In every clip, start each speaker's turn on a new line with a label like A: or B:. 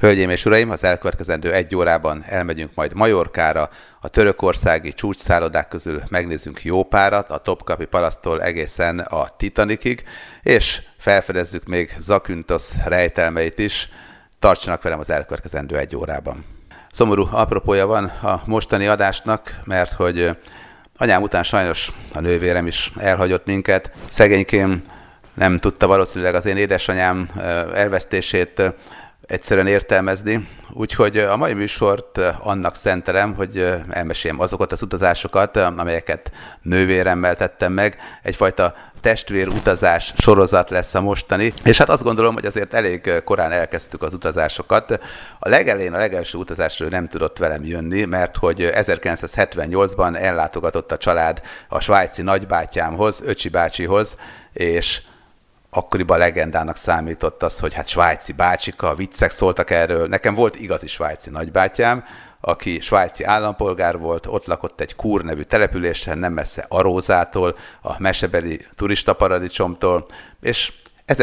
A: Hölgyeim és uraim, az elkövetkezendő 1 órában elmegyünk majd Majorkára, a törökországi csúcsszállodák közül megnézzünk jó párat, a Topkapi Palaszttól egészen a Titanicig, és felfedezzük még Zakynthos rejtelmeit is. Tartsanak velem az elkövetkezendő 1 órában. Szomorú apropója van a mostani adásnak, mert hogy anyám után sajnos a nővérem is elhagyott minket. Szegénykém nem tudta valószínűleg az én édesanyám elvesztését egyszerűen értelmezni, úgyhogy a mai műsort annak szentelem, hogy elmeséljem azokat az utazásokat, amelyeket nővéremmel tettem meg. Egyfajta testvérutazás sorozat lesz a mostani, és hát azt gondolom, hogy azért elég korán elkezdtük az utazásokat. A legelején, a legelső utazásról nem tudott velem jönni, mert hogy 1978-ban ellátogatott a család a svájci nagybátyámhoz, Öcsi bácsihoz, és akkoriban legendának számított az, hogy hát svájci bácsika, viccek szóltak erről. Nekem volt igazi svájci nagybátyám, aki svájci állampolgár volt, ott lakott egy Kur nevű településen, nem messze Arózától, a mesebeli turistaparadicsomtól, és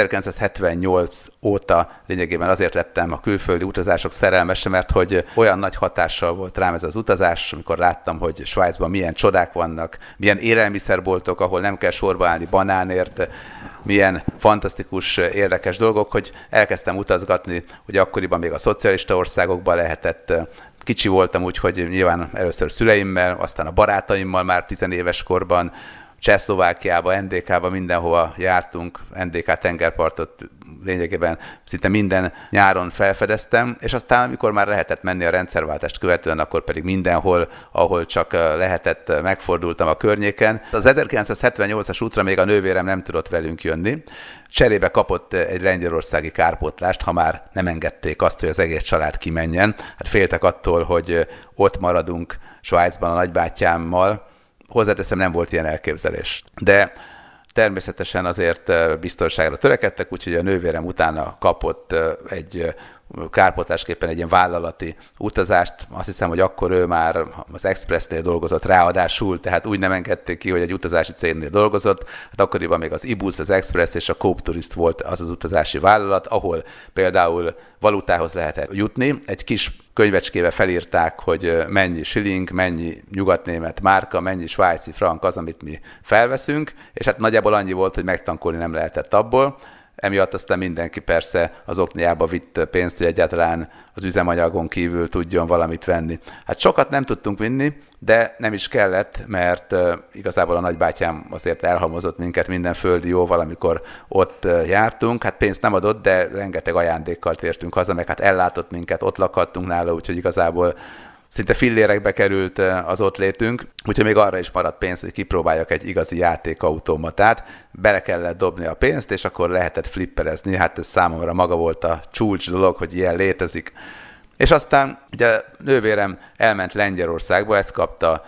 A: 1978 óta lényegében azért lettem a külföldi utazások szerelmese, mert hogy olyan nagy hatással volt rám ez az utazás, amikor láttam, hogy Svájcban milyen csodák vannak, milyen élelmiszerboltok, ahol nem kell sorba állni banánért, milyen fantasztikus, érdekes dolgok, hogy elkezdtem utazgatni, hogy akkoriban még a szocialista országokban lehetett. Kicsi voltam, úgyhogy nyilván először szüleimmel, aztán a barátaimmal már 10 éves korban, Csehszlovákiába, NDK-ba, mindenhova jártunk, NDK tengerpartot lényegében szinte minden nyáron felfedeztem, és aztán amikor már lehetett menni a rendszerváltást követően, akkor pedig mindenhol, ahol csak lehetett, megfordultam a környéken. Az 1978-as útra még a nővérem nem tudott velünk jönni, cserébe kapott egy lengyelországi kárpótlást, ha már nem engedték azt, hogy az egész család kimenjen. Hát féltek attól, hogy ott maradunk Svájcban a nagybátyámmal. Hozzáteszem, nem volt ilyen elképzelés. De természetesen azért biztonságra törekedtek, úgyhogy a nővérem utána kapott egy kárpótlásképpen egy ilyen vállalati utazást. Azt hiszem, hogy akkor ő már az Expressnél dolgozott ráadásul, tehát úgy nem engedték ki, hogy egy utazási cégnél dolgozott. Hát akkoriban még az Ibus, az Express és a Coop Tourist volt az az utazási vállalat, ahol például valutához lehetett jutni. Egy kis könyvecskébe felírták, hogy mennyi shilling, mennyi nyugatnémet márka, mennyi svájci frank az, amit mi felveszünk, és hát nagyjából annyi volt, hogy megtankolni nem lehetett abból. Emiatt aztán mindenki persze az okniába vitt pénzt, hogy egyáltalán az üzemanyagon kívül tudjon valamit venni. Hát sokat nem tudtunk vinni, de nem is kellett, mert igazából a nagybátyám azért elhalmozott minket minden földi jóval, amikor ott jártunk. Hát pénzt nem adott, de rengeteg ajándékkal tértünk haza, meg hát ellátott minket, ott lakhattunk nála, úgyhogy igazából szinte fillérekbe került az ott létünk, úgyhogy még arra is maradt pénz, hogy kipróbáljak egy igazi játékautomatát. Bele kellett dobni a pénzt, és akkor lehetett flipperezni. Hát ez számomra maga volt a csúcs dolog, hogy ilyen létezik. És aztán ugye nővérem elment Lengyelországba, ezt kapta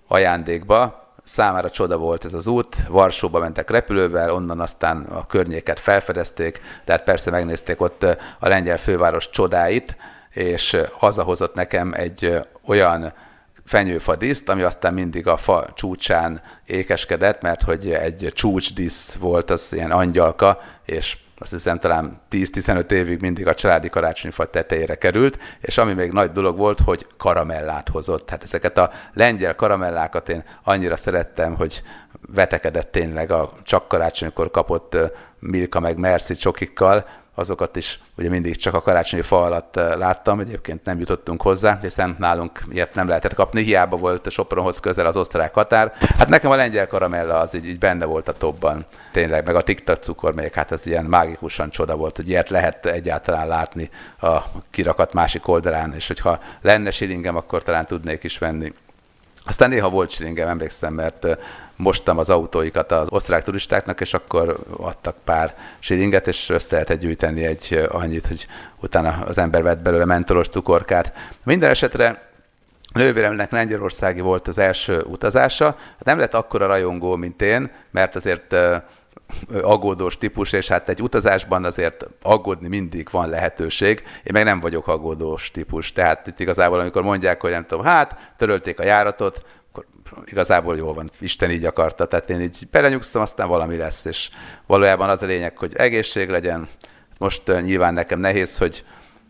A: ajándékba. Számára csoda volt ez az út, Varsóba mentek repülővel, onnan aztán a környéket felfedezték, tehát persze megnézték ott a lengyel főváros csodáit, és hazahozott nekem egy olyan fenyőfadíszt, ami aztán mindig a fa csúcsán ékeskedett, mert hogy egy csúcsdísz volt, az ilyen angyalka, és azt hiszem talán 10-15 évig mindig a családi karácsonyfa tetejére került, és ami még nagy dolog volt, hogy karamellát hozott. Hát ezeket a lengyel karamellákat én annyira szerettem, hogy vetekedett tényleg a csak karácsonykor kapott Milka meg Merci csokikkal, azokat is ugye mindig csak a karácsonyi fa alatt láttam, egyébként nem jutottunk hozzá, hiszen nálunk ilyet nem lehetett kapni, hiába volt Sopronhoz közel az osztrák határ. Hát nekem a lengyel karamella az így benne volt a topban, tényleg, meg a tiktak cukor még, hát ez ilyen mágikusan csoda volt, hogy ilyet lehet egyáltalán látni a kirakat másik oldalán, és hogyha lenne shillingem, akkor talán tudnék is venni. Aztán néha volt shillingem, emlékszem, mert mostam az autóikat az osztrák turistáknak, és akkor adtak pár shillinget, és össze lehetett gyűjteni egy annyit, hogy utána az ember vett belőle mentolos cukorkát. Minden esetre nővéremnek lengyelországi volt az első utazása. Hát nem lett akkora rajongó, mint én, mert azért aggódós típus, és hát egy utazásban azért aggódni mindig van lehetőség. Én meg nem vagyok aggódós típus, tehát itt igazából, amikor mondják, hogy nem tudom, hát törölték a járatot, akkor igazából jól van, Isten így akarta, tehát én így belenyugszom, aztán valami lesz, és valójában az a lényeg, hogy egészség legyen. Most nyilván nekem nehéz, hogy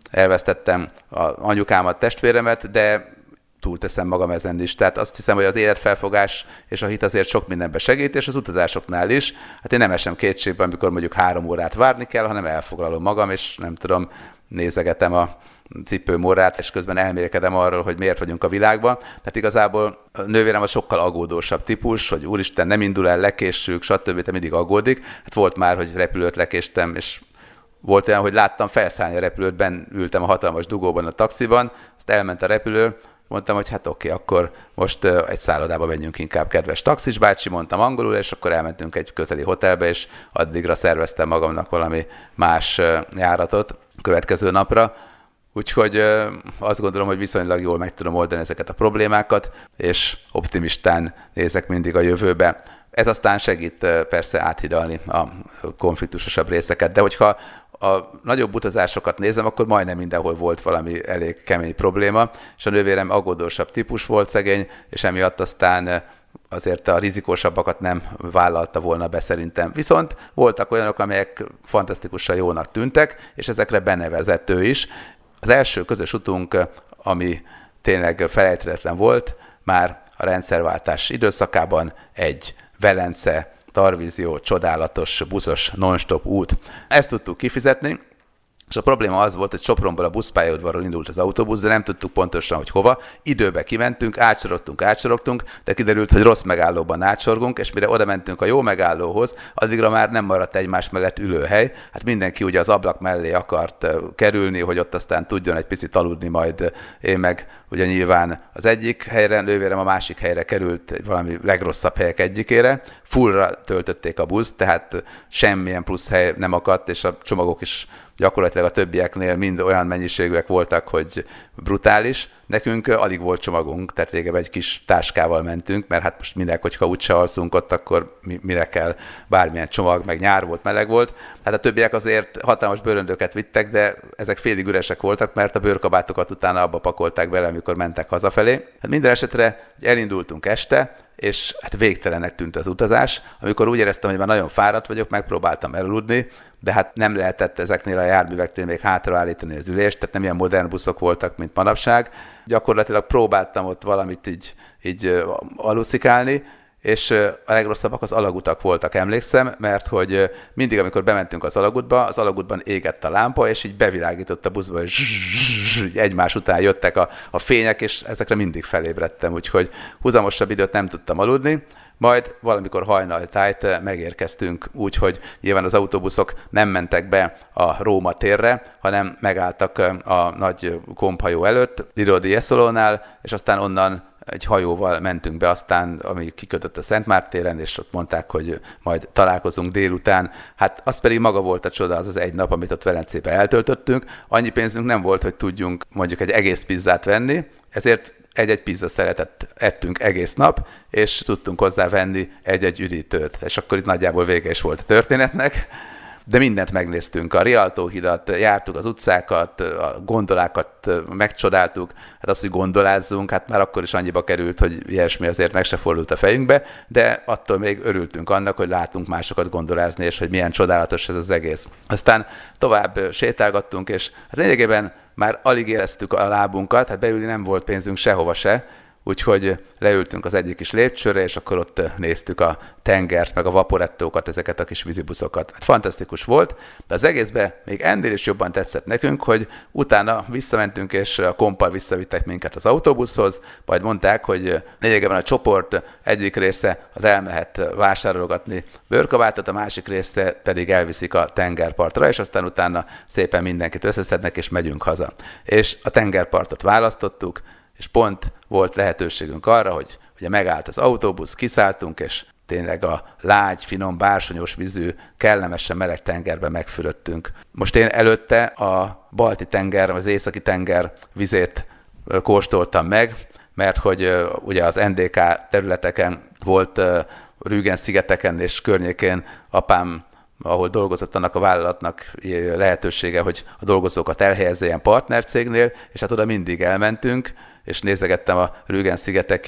A: elvesztettem anyukámat, testvéremet, de túlteszem magam ezen is. Tehát azt hiszem, hogy az életfelfogás és a hit azért sok mindenben segít, és az utazásoknál is. Hát én nem esem kétségbe, amikor mondjuk 3 órát várni kell, hanem elfoglalom magam, és nem tudom, nézegetem a cipőmorrát, és közben elmélkedem arról, hogy miért vagyunk a világban. Tehát igazából a nővérem a sokkal aggódósabb típus, hogy úristen, nem indul el, lekéssük, stb. Te mindig aggódik. Hát volt már, hogy repülőt lekéstem, és volt olyan, hogy láttam felszállni a repülőt, benn ültem a hatalmas dugóban a taxiban, azt elment a repülő, mondtam, hogy hát oké, akkor most egy szállodába menjünk inkább, kedves taxis bácsi, mondtam angolul, és akkor elmentünk egy közeli hotelbe, és addigra szerveztem magamnak valami más járatot a következő napra. Úgyhogy azt gondolom, hogy viszonylag jól meg tudom oldani ezeket a problémákat, és optimistán nézek mindig a jövőbe. Ez aztán segít persze áthidalni a konfliktusosabb részeket, de hogyha a nagyobb utazásokat nézem, akkor majdnem mindenhol volt valami elég kemény probléma, és a nővérem aggódósabb típus volt szegény, és emiatt aztán azért a rizikósabbakat nem vállalta volna be szerintem. Viszont voltak olyanok, amelyek fantasztikusan jónak tűntek, és ezekre benevezett ő is. Az első közös utunk, ami tényleg felejthetetlen volt, már a rendszerváltás időszakában egy Velence, Tarvízió, csodálatos, buszos, non-stop út. Ezt tudtuk kifizetni, és a probléma az volt, hogy Sopronból a buszpályaudvarról indult az autóbusz, de nem tudtuk pontosan, hogy hova. Időbe kimentünk, átsorogtunk, de kiderült, hogy rossz megállóban átsorgunk, és mire oda mentünk a jó megállóhoz, addigra már nem maradt egymás mellett ülőhely. Hát mindenki ugye az ablak mellé akart kerülni, hogy ott aztán tudjon egy picit aludni, majd én meg ugye nyilván az egyik helyre, nővérem a másik helyre került, valami legrosszabb helyek egyikére. Fullra töltötték a buszt, tehát semmilyen plusz hely nem akadt, és a csomagok is gyakorlatilag a többieknél mind olyan mennyiségűek voltak, hogy brutális. Nekünk alig volt csomagunk, tehát régebben egy kis táskával mentünk, mert hát most minek, hogyha úgyse alszunk ott, akkor mire kell bármilyen csomag, meg nyár volt, meleg volt. Hát a többiek azért hatalmas bőröndöket vittek, de ezek félig üresek voltak, mert a bőrkabátokat utána abba pakolták bele, amikor mentek hazafelé. Hát minden esetre elindultunk este, és hát végtelenek tűnt az utazás. Amikor úgy éreztem, hogy már nagyon fáradt vagyok, megpróbáltam elaludni, de hát nem lehetett ezeknél a járműveknél még hátraállítani az ülést, tehát nem ilyen modern buszok voltak, mint manapság. Gyakorlatilag próbáltam ott valamit így aluszikálni, és a legrosszabbak az alagutak voltak, emlékszem, mert hogy mindig, amikor bementünk az alagútban égett a lámpa, és így bevilágított a buszba, és egymás után jöttek a fények, és ezekre mindig felébredtem, úgyhogy húzamosabb időt nem tudtam aludni. Majd valamikor hajnaltájt megérkeztünk úgy, hogy nyilván az autóbuszok nem mentek be a Róma térre, hanem megálltak a nagy komphajó előtt, Lido di Jessolónál, és aztán onnan egy hajóval mentünk be aztán, ami kikötött a Szent Márk téren, és ott mondták, hogy majd találkozunk délután. Hát az pedig maga volt a csoda, az egy nap, amit ott Velencében eltöltöttünk. Annyi pénzünk nem volt, hogy tudjunk mondjuk egy egész pizzát venni, ezért egy-egy pizza szeretet ettünk egész nap, és tudtunk hozzá venni egy-egy üdítőt. És akkor itt nagyjából vége is volt a történetnek. De mindent megnéztünk, a Rialto hidat, jártuk az utcákat, a gondolákat megcsodáltuk, hát az, hogy gondolázzunk, hát már akkor is annyiba került, hogy ilyesmi azért meg se fordult a fejünkbe, de attól még örültünk annak, hogy látunk másokat gondolázni, és hogy milyen csodálatos ez az egész. Aztán tovább sétálgattunk, és hát lényegében már alig éreztük a lábunkat, hát beülni nem volt pénzünk sehova se, úgyhogy leültünk az egyik kis lépcsőre, és akkor ott néztük a tengert, meg a vaporettókat, ezeket a kis vízibuszokat. Hát fantasztikus volt, de az egészben még ennél is jobban tetszett nekünk, hogy utána visszamentünk, és a kompal visszavittek minket az autóbuszhoz, majd mondták, hogy lényegében a csoport egyik része az elmehet vásárolgatni bőrkabátot, a másik része pedig elviszik a tengerpartra, és aztán utána szépen mindenkit összeszednek, és megyünk haza. És a tengerpartot választottuk, és pont volt lehetőségünk arra, hogy ugye megállt az autóbusz, kiszálltunk, és tényleg a lágy, finom, bársonyos vízű, kellemesen meleg tengerben megfürödtünk. Most én előtte a balti tenger, az északi tenger vizét kóstoltam meg, mert hogy ugye az NDK területeken volt Rügen-szigeteken és környékén apám, ahol dolgozott annak a vállalatnak lehetősége, hogy a dolgozókat elhelyezze ilyen partnercégnél, és hát oda mindig elmentünk, és nézegettem a Rügen-szigeteki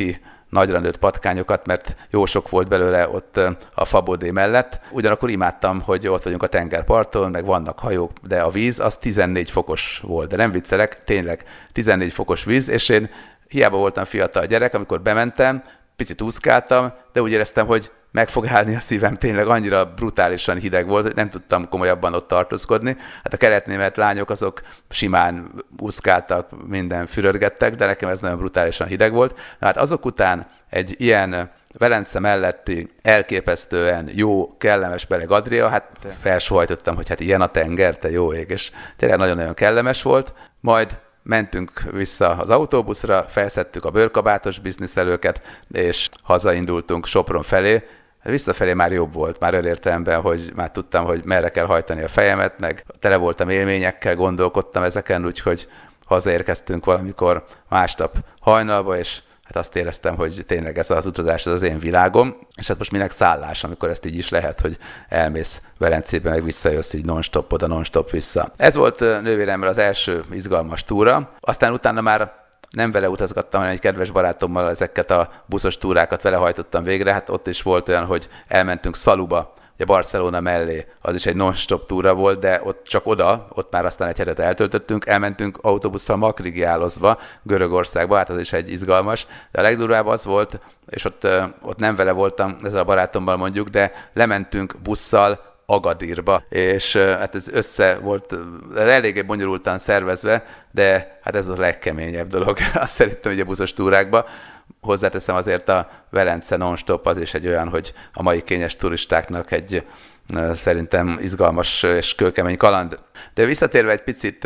A: nagyra nőtt patkányokat, mert jó sok volt belőle ott a Fabodé mellett. Ugyanakkor imádtam, hogy ott vagyunk a tengerparton, meg vannak hajók, de a víz az 14 fokos volt. De nem viccelek, tényleg 14 fokos víz, és én hiába voltam fiatal gyerek, amikor bementem, picit úszkáltam, de úgy éreztem, hogy meg fog állni a szívem, tényleg annyira brutálisan hideg volt, hogy nem tudtam komolyabban ott tartózkodni. Hát a keletnémet lányok azok simán úszkáltak, minden fürödgettek, de nekem ez nagyon brutálisan hideg volt. Na hát azok után egy ilyen Velence melletti elképesztően jó, kellemes meleg Adria, hát felsohajtottam, hogy hát ilyen a tenger, te jó ég, és tényleg nagyon-nagyon kellemes volt. Majd mentünk vissza az autóbuszra, felszedtük a bőrkabátos bizniszelőket, és hazaindultunk Sopron felé. Visszafelé már jobb volt, már olyan értelemben, hogy már tudtam, hogy merre kell hajtani a fejemet, meg tele voltam élményekkel, gondolkodtam ezeken, úgyhogy hazaérkeztünk valamikor másnap hajnalba, és hát azt éreztem, hogy tényleg ez az utazás az én világom, és hát most minek szállás, amikor ezt így is lehet, hogy elmész Velencébe, meg visszajössz így non-stop oda, non-stop vissza. Ez volt nővéremmel az első izgalmas túra, aztán utána már nem vele utazgattam, hanem egy kedves barátommal ezeket a buszos túrákat vele hajtottam végre, hát ott is volt olyan, hogy elmentünk Szaluba, ugye Barcelona mellé, az is egy non-stop túra volt, de ott csak oda, ott már aztán egy hetet eltöltöttünk, elmentünk autóbusszal Makrigiálozba, Görögországba, hát az is egy izgalmas, de a legdurvább az volt, és ott nem vele voltam, ezzel a barátommal mondjuk, de lementünk busszal Agadirba, és hát ez össze volt, ez eléggé bonyolultan szervezve, de hát ez a legkeményebb dolog, azt szerintem ugye buszos túrákba. Hozzáteszem azért a Velence non-stop az is egy olyan, hogy a mai kényes turistáknak egy szerintem izgalmas és kőkemény kaland. De visszatérve egy picit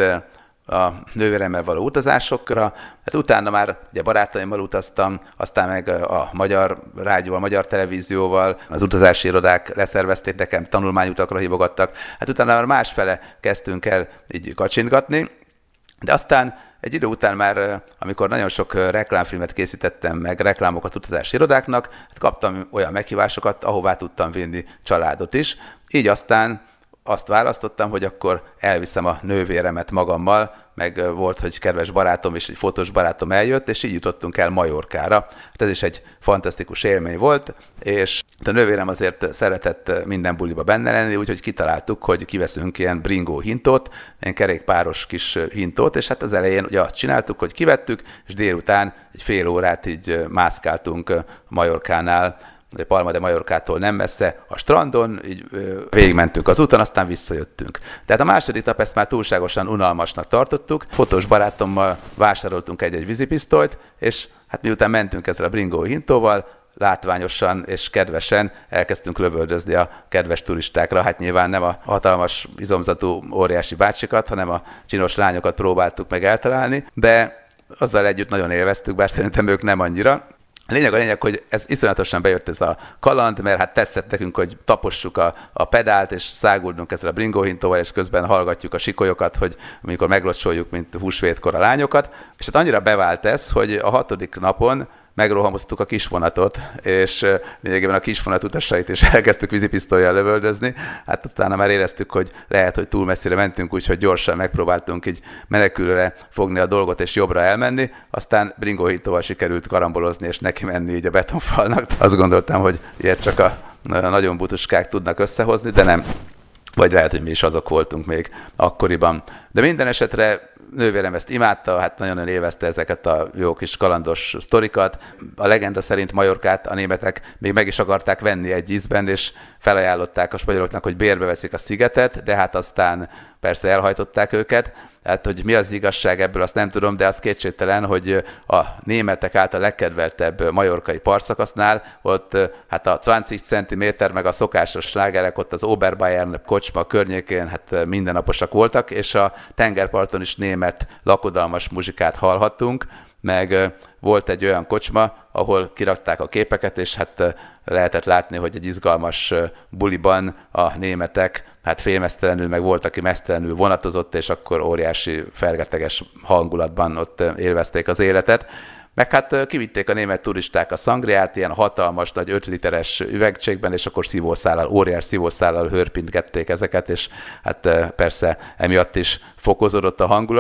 A: a nővéremmel való utazásokra, hát utána már ugye barátaimmal utaztam, aztán meg a magyar rádióval, magyar televízióval, az utazási irodák leszervezték nekem, tanulmányutakra hívogattak, hát utána már másfele kezdtünk el így kacsintgatni, de aztán egy idő után már, amikor nagyon sok reklámfilmet készítettem meg, reklámokat utazási irodáknak, hát kaptam olyan meghívásokat, ahová tudtam vinni családot is. Így aztán azt választottam, hogy akkor elviszem a nővéremet magammal, meg volt, hogy kedves barátom és egy fotós barátom eljött, és így jutottunk el Majorkára. Ez is egy fantasztikus élmény volt, és a nővérem azért szeretett minden buliba benne lenni, úgyhogy kitaláltuk, hogy kiveszünk ilyen bringó hintót, ilyen kerékpáros kis hintót, és hát az elején ugye azt csináltuk, hogy kivettük, és délután egy fél órát így mászkáltunk Majorkánál, Palma de Mallorcától nem messze, a strandon, így végigmentünk az úton, aztán visszajöttünk. Tehát a második nap ezt már túlságosan unalmasnak tartottuk. Fotós barátommal vásároltunk egy vízipisztolyt, és hát miután mentünk ezzel a bringó hintóval, látványosan és kedvesen elkezdtünk lövöldözni a kedves turistákra. Hát nyilván nem a hatalmas, izomzatú, óriási bácsikat, hanem a csinos lányokat próbáltuk meg eltalálni, de azzal együtt nagyon élveztük, bár szerintem ők nem annyira. A lényeg, hogy ez iszonyatosan bejött ez a kaland, mert hát tetszett nekünk, hogy tapossuk a pedált, és száguldunk ezzel a bringóhintóval, és közben hallgatjuk a sikolyokat, hogy amikor meglocsoljuk, mint húsvétkor a lányokat. És hát annyira bevált ez, hogy a 6. napon megrohamoztuk a kisvonatot, és lényegében a kisvonat utasait is elkezdtük vízipisztollyal lövöldözni. Hát aztán már éreztük, hogy lehet, hogy túl messzire mentünk, úgyhogy gyorsan megpróbáltunk így menekülőre fogni a dolgot és jobbra elmenni. Aztán bringóhintóval sikerült karambolozni és neki menni így a betonfalnak. Azt gondoltam, hogy ilyet csak a nagyon butuskák tudnak összehozni, de nem. Vagy lehet, hogy mi is azok voltunk még akkoriban. De minden esetre nővérem ezt imádta, hát nagyon élvezte ezeket a jó kis kalandos sztorikat. A legenda szerint Majorkát a németek még meg is akarták venni egy ízben, és felajánlották a spanyoloknak, hogy bérbe veszik a szigetet, de hát aztán persze elhajtották őket. Hát, hogy mi az igazság ebből, azt nem tudom, de az kétségtelen, hogy a németek által legkedveltebb majorkai partszakasznál ott hát a 20 centiméter meg a szokásos slágerek ott az Oberbayern kocsma környékén hát mindennaposak voltak, és a tengerparton is német lakodalmas muzsikát hallhattunk, meg volt egy olyan kocsma, ahol kirakták a képeket, és hát lehetett látni, hogy egy izgalmas buliban a németek hát félmeztelenül, meg volt, aki meztelenül vonatozott, és akkor óriási fergeteges hangulatban ott élvezték az életet. Meg hát kivitték a német turisták a szangriát, ilyen hatalmas, nagy 5 literes üvegcsékben, és akkor szívószállal, óriás szívószállal hörpintgették ezeket, és hát persze emiatt is fokozódott a hangulat.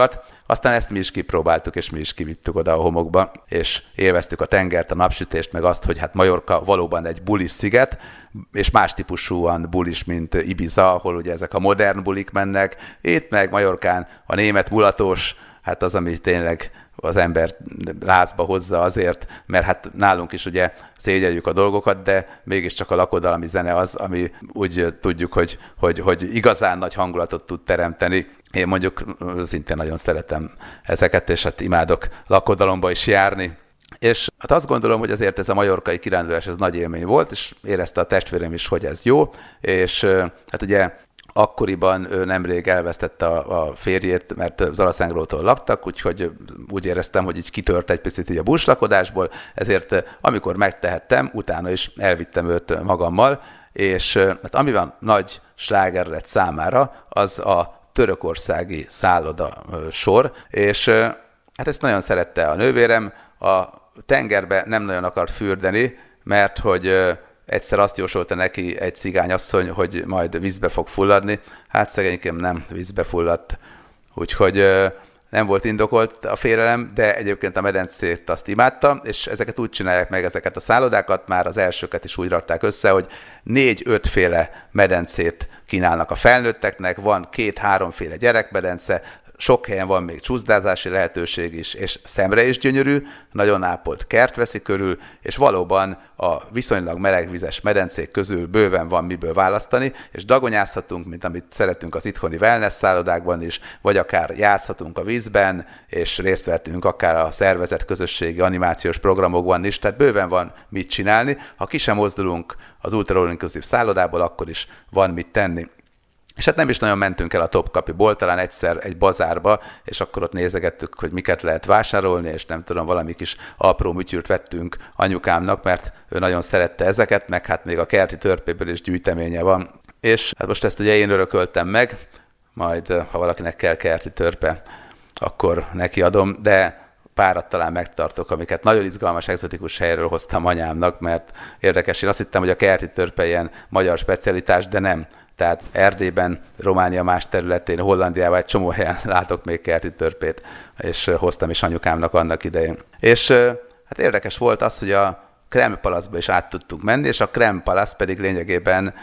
A: Aztán ezt mi is kipróbáltuk, és mi is kivittük oda a homokba, és élveztük a tengert, a napsütést, meg azt, hogy hát Majorka valóban egy bulis sziget, és más típusúan bulis, mint Ibiza, ahol ugye ezek a modern bulik mennek. Itt meg Majorkán a német mulatós, hát az, ami tényleg az ember lázba hozza azért, mert hát nálunk is ugye szégyeljük a dolgokat, de mégiscsak a lakodalmi zene az, ami úgy tudjuk, hogy igazán nagy hangulatot tud teremteni. Én mondjuk szintén nagyon szeretem ezeket, és hát imádok lakodalomba is járni. És hát azt gondolom, hogy azért ez a majorkai kirándulás ez nagy élmény volt, és érezte a testvérem is, hogy ez jó, és hát ugye akkoriban ő nemrég elvesztette a férjét, mert Zalaszengrótól laktak, úgyhogy úgy éreztem, hogy így kitört egy picit így a buslakodásból, ezért amikor megtehettem, utána is elvittem őt magammal, és hát ami van nagy sláger lett számára, az a törökországi szálloda sor, és hát ezt nagyon szerette a nővérem, a tengerbe nem nagyon akart fürdeni, mert hogy egyszer azt jósolta neki egy cigányasszony, hogy majd vízbe fog fulladni. Hát szegénykém nem vízbe fulladt, úgyhogy nem volt indokolt a félelem, de egyébként a medencét azt imádta, és ezeket úgy csinálják meg, ezeket a szállodákat, már az elsőket is úgy rakták össze, hogy 4-5 féle medencét kínálnak a felnőtteknek, van 2-3 féle gyerekmedence, sok helyen van még csúszdázási lehetőség is, és szemre is gyönyörű, nagyon ápolt kert veszi körül, és valóban a viszonylag melegvizes medencék közül bőven van miből választani, és dagonyázhatunk, mint amit szeretünk az itthoni wellness szállodákban is, vagy akár játszhatunk a vízben, és részt vettünk akár a szervezett közösségi animációs programokban is, tehát bőven van mit csinálni. Ha ki sem mozdulunk az Ultra All Inclusive szállodából, akkor is van mit tenni. És hát nem is nagyon mentünk el a Topkapiból, talán egyszer egy bazárba, és akkor ott nézegettük, hogy miket lehet vásárolni, és nem tudom, valami kis apró műtyűrt vettünk anyukámnak, mert ő nagyon szerette ezeket, meg hát még a kerti törpéből is gyűjteménye van. És hát most ezt ugye én örököltem meg, majd ha valakinek kell kerti törpe, akkor neki adom, de párat talán megtartok, amiket nagyon izgalmas, egzotikus helyről hoztam anyámnak, mert érdekes, én azt hittem, hogy a kerti törpe ilyen magyar specialitás, de nem. Tehát Erdélyben, Románia más területén, Hollandiában egy csomó helyen látok még kerti törpét, és hoztam is anyukámnak annak idején. És hát érdekes volt az, hogy a Kreml Palaszba is át tudtunk menni, és a Kreml Palasz pedig lényegében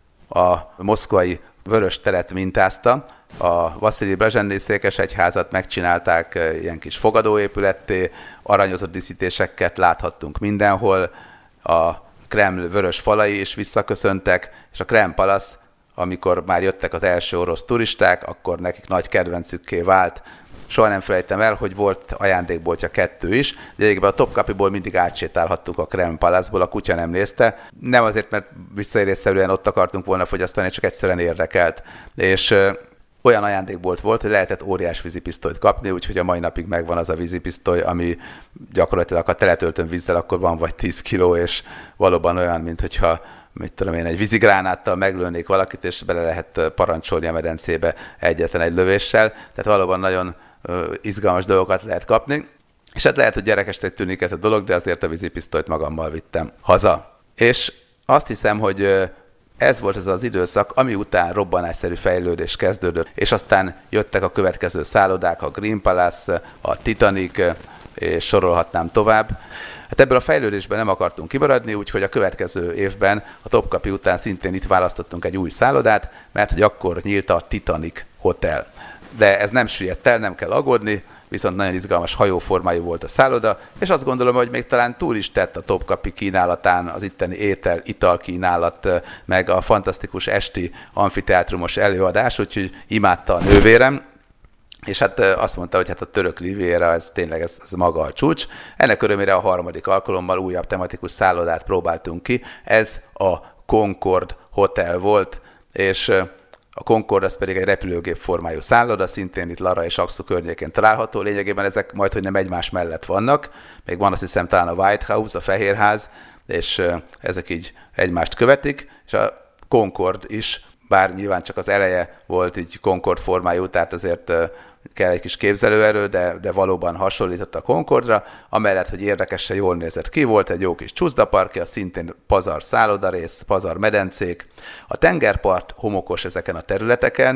A: a moszkvai Vörös teret mintázta. A Vaszilij Blazsennyij székesegyházat megcsinálták ilyen kis fogadóépületté, aranyozott díszítéseket láthattunk mindenhol, a Kreml vörös falai is visszaköszöntek, és a Kreml Palasz, amikor már jöttek az első orosz turisták, akkor nekik nagy kedvencükké vált. Soha nem felejtem el, hogy volt ajándékboltja 2 is, de egyébként a Topkapiból mindig átsétálhattuk a Kreml Palace-ból, a kutya nem nézte. Nem azért, mert visszaérésszerűen ott akartunk volna fogyasztani, csak egyszerűen érdekelt. És olyan ajándékbolt volt, hogy lehetett óriás vízipisztolyt kapni, úgyhogy a mai napig megvan az a vízipisztoly, ami gyakorlatilag, ha teletöltöm vízzel, akkor van vagy 10 kiló, és valóban olyan, mintha mit tudom én, egy vízigránáttal meglőnék valakit, és bele lehet parancsolni a medencébe egyetlen egy lövéssel. Tehát valóban nagyon izgalmas dolgokat lehet kapni. És hát lehet, hogy gyerekesnek tűnik ez a dolog, de azért a vízipisztolyt magammal vittem haza. És azt hiszem, hogy ez volt az az időszak, ami után robbanásszerű fejlődés kezdődött, és aztán jöttek a következő szállodák, a Green Palace, a Titanic, és sorolhatnám tovább. Hát ebből a fejlődésben nem akartunk kimaradni, úgyhogy a következő évben a Topkapi után szintén itt választottunk egy új szállodát, mert hogy akkor nyílt a Titanic Hotel. De ez nem süllyedt el, nem kell aggódni, viszont nagyon izgalmas hajóformájú volt a szálloda, és azt gondolom, hogy még talán túl is tett a Topkapi kínálatán az itteni étel-ital kínálat, meg a fantasztikus esti amfiteátrumos előadás, úgyhogy imádta a nővérem. És hát azt mondta, hogy hát a török Riviera, ez tényleg ez maga a csúcs. Ennek örömére a harmadik alkalommal újabb tematikus szállodát próbáltunk ki. Ez a Concord Hotel volt, és a Concord az pedig egy repülőgép formájú szálloda, szintén itt Lara és Aksu környékén található. Lényegében ezek majdhogy nem egymás mellett vannak. Még van azt hiszem talán a White House, a Fehérház, és ezek így egymást követik. És a Concord is, bár nyilván csak az eleje volt így Concord formájú, tehát azért kell egy kis képzelőerő, de valóban hasonlított a Concordra, amellett, hogy érdekesen jól nézett ki, volt egy jó kis csúszdaparkja, szintén pazar szállodarész, pazar medencék. A tengerpart homokos ezeken a területeken,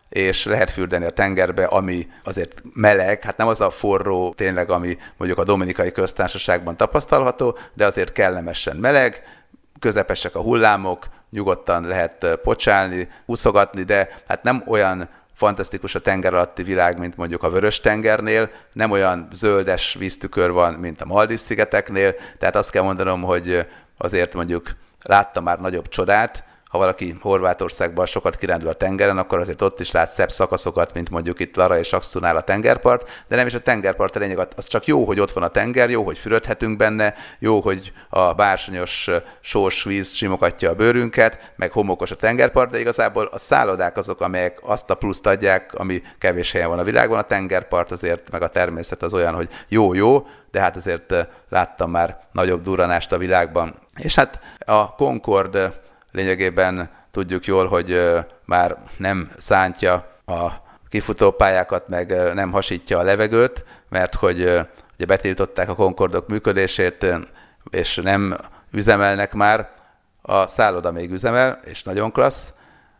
A: és lehet fürdeni a tengerbe, ami azért meleg, hát nem az a forró tényleg, ami mondjuk a Dominikai Köztársaságban tapasztalható, de azért kellemesen meleg, közepesek a hullámok, nyugodtan lehet pocsálni, úszogatni, de hát nem olyan fantasztikus a tenger alatti világ, mint mondjuk a Vörös-tengernél, nem olyan zöldes víztükör van, mint a Maldív-szigeteknél, tehát azt kell mondanom, hogy azért mondjuk láttam már nagyobb csodát. Ha valaki Horvátországban sokat kirándul a tengeren, akkor azért ott is lát szebb szakaszokat, mint mondjuk itt Lara és Akszunál a tengerpart, de nem is a tengerpart a lényeg, az csak jó, hogy ott van a tenger, jó, hogy fürödhetünk benne, jó, hogy a bársonyos sós víz simogatja a bőrünket, meg homokos a tengerpart, de igazából a szállodák azok, amelyek azt a pluszt adják, ami kevés helyen van a világban. A tengerpart azért, meg a természet az olyan, hogy jó, de hát azért láttam már nagyobb durranást a világban. És hát a Concorde lényegében tudjuk jól, hogy már nem szántja a kifutópályákat, meg nem hasítja a levegőt, mert hogy ugye betiltották a Concordok működését, és nem üzemelnek már. A szálloda még üzemel, és nagyon klassz,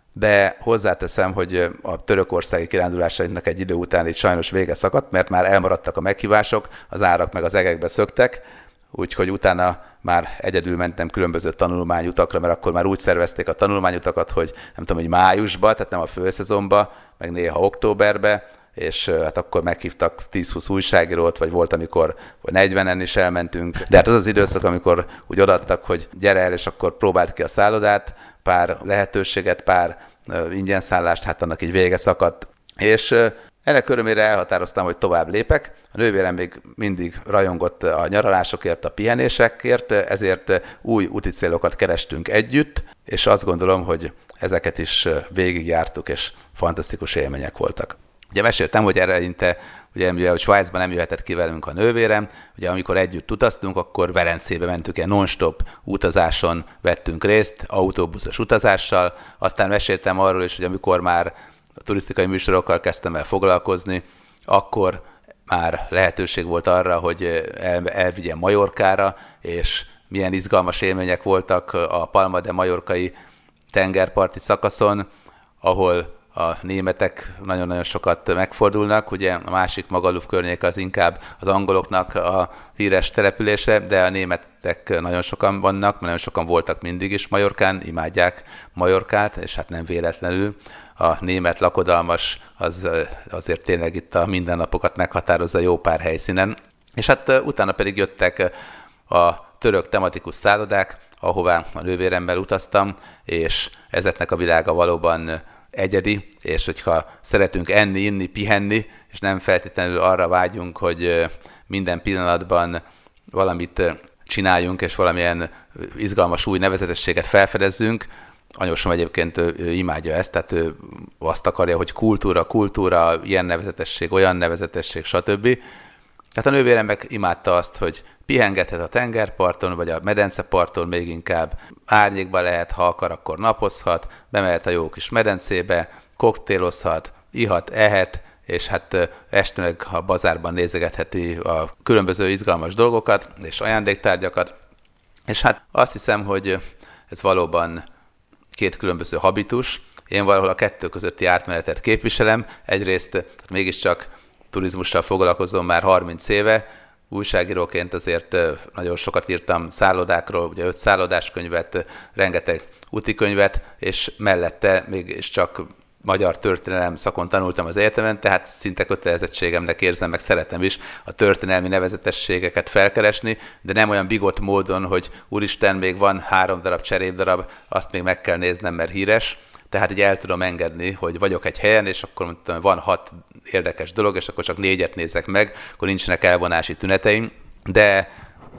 A: de hozzáteszem, hogy a törökországi kirándulásainknak egy idő után itt sajnos vége szakadt, mert már elmaradtak a meghívások, az árak meg az egekbe szöktek, úgyhogy utána már egyedül mentem különböző tanulmányutakra, mert akkor már úgy szervezték a tanulmányutakat, hogy nem tudom, hogy májusba, tehát nem a főszezonba, meg néha októberbe, és hát akkor meghívtak 10-20 újságírót, vagy volt, amikor 40-en is elmentünk. De hát az az időszak, amikor úgy odaadtak, hogy gyere el, és akkor próbáld ki a szállodát, pár lehetőséget, pár ingyenszállást, hát annak így vége szakadt. És ennek örömére elhatároztam, hogy tovább lépek. A nővérem még mindig rajongott a nyaralásokért, a pihenésekért, ezért új úti célokat kerestünk együtt, és azt gondolom, hogy ezeket is végigjártuk, és fantasztikus élmények voltak. Ugye meséltem, hogy eleinte, ugye hogy Svájcban nem jöhetett ki velünk a nővérem, ugye amikor együtt utaztunk, akkor Velencébe mentünk egy non-stop utazáson, vettünk részt, autóbuszos utazással, aztán meséltem arról is, hogy amikor már a turisztikai műsorokkal kezdtem el foglalkozni, akkor már lehetőség volt arra, hogy elvigyem Majorkára, és milyen izgalmas élmények voltak a Palma de Mallorcai tengerparti szakaszon, ahol a németek nagyon-nagyon sokat megfordulnak, ugye a másik Magaluf környék az inkább az angoloknak a híres települése, de a németek nagyon sokan vannak, nagyon sokan voltak mindig is Majorkán, imádják Majorkát, és hát nem véletlenül. A német lakodalmas az azért tényleg itt a mindennapokat meghatározza jó pár helyszínen. És hát utána pedig jöttek a török tematikus szállodák, ahová a nővéremmel utaztam, és ezeknek a világa valóban egyedi, és hogyha szeretünk enni, inni, pihenni, és nem feltétlenül arra vágyunk, hogy minden pillanatban valamit csináljunk, és valamilyen izgalmas új nevezetességet felfedezzünk. Anyósom egyébként ő imádja ezt, tehát ő azt akarja, hogy kultúra, ilyen nevezetesség, olyan nevezetesség, stb. Hát a nővérem meg imádta azt, hogy pihengethet a tengerparton, vagy a medenceparton, még inkább árnyékban lehet, ha akar, akkor napozhat, bemehet a jó kis medencébe, koktélozhat, ihat, ehet, és hát este meg a bazárban nézegetheti a különböző izgalmas dolgokat és ajándéktárgyakat. És hát azt hiszem, hogy ez valóban két különböző habitus. Én valahol a kettő közötti átmenetet képviselem. Egyrészt mégiscsak turizmussal foglalkozom már 30 éve, újságíróként azért nagyon sokat írtam szállodákról, ugye 5 szállodás könyvet, rengeteg úti könyvet, és mellette mégiscsak magyar történelem szakon tanultam az egyetemen, tehát szinte kötelezettségemnek érzem, meg szeretem is a történelmi nevezetességeket felkeresni, de nem olyan bigott módon, hogy úristen, még van 3 darab cserépdarab, azt még meg kell néznem, mert híres. Tehát így el tudom engedni, hogy vagyok egy helyen, és akkor mondtam, van 6 érdekes dolog, és akkor csak 4-et nézek meg, akkor nincsenek elvonási tüneteim, de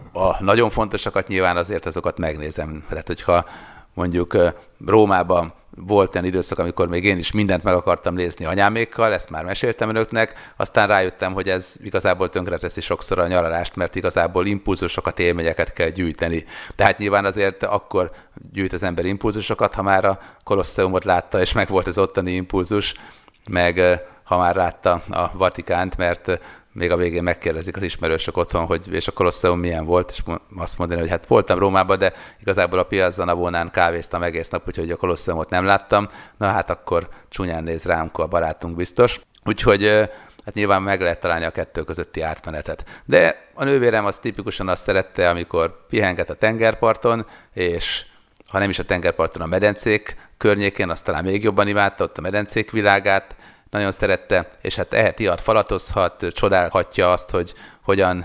A: a nagyon fontosakat nyilván azért azokat megnézem. Tehát, hogyha mondjuk Rómában volt olyan időszak, amikor még én is mindent meg akartam nézni anyámékkal, ezt már meséltem önöknek, aztán rájöttem, hogy ez igazából tönkreteszi sokszor a nyaralást, mert igazából impulzusokat, élményeket kell gyűjteni. Tehát nyilván azért akkor gyűjt az ember impulzusokat, ha már a Kolosseumot látta, és meg volt az ottani impulzus, meg ha már látta a Vatikánt, mert még a végén megkérdezik az ismerősök otthon, hogy és a Kolosseum milyen volt, és azt mondani, hogy hát voltam Rómában, de igazából a Piazza Navonán kávéztam egész nap, úgyhogy a Kolosseumot nem láttam. Na hát akkor csúnyán néz rám a barátunk biztos. Úgyhogy hát nyilván meg lehet találni a kettő közötti átmenetet. De a nővérem az tipikusan azt szerette, amikor pihenget a tengerparton, és ha nem is a tengerparton, a medencék környékén, azt talán még jobban imádta, ott a medencék világát nagyon szerette, és hát eheti ilyet falatozhat, csodálhatja azt, hogy hogyan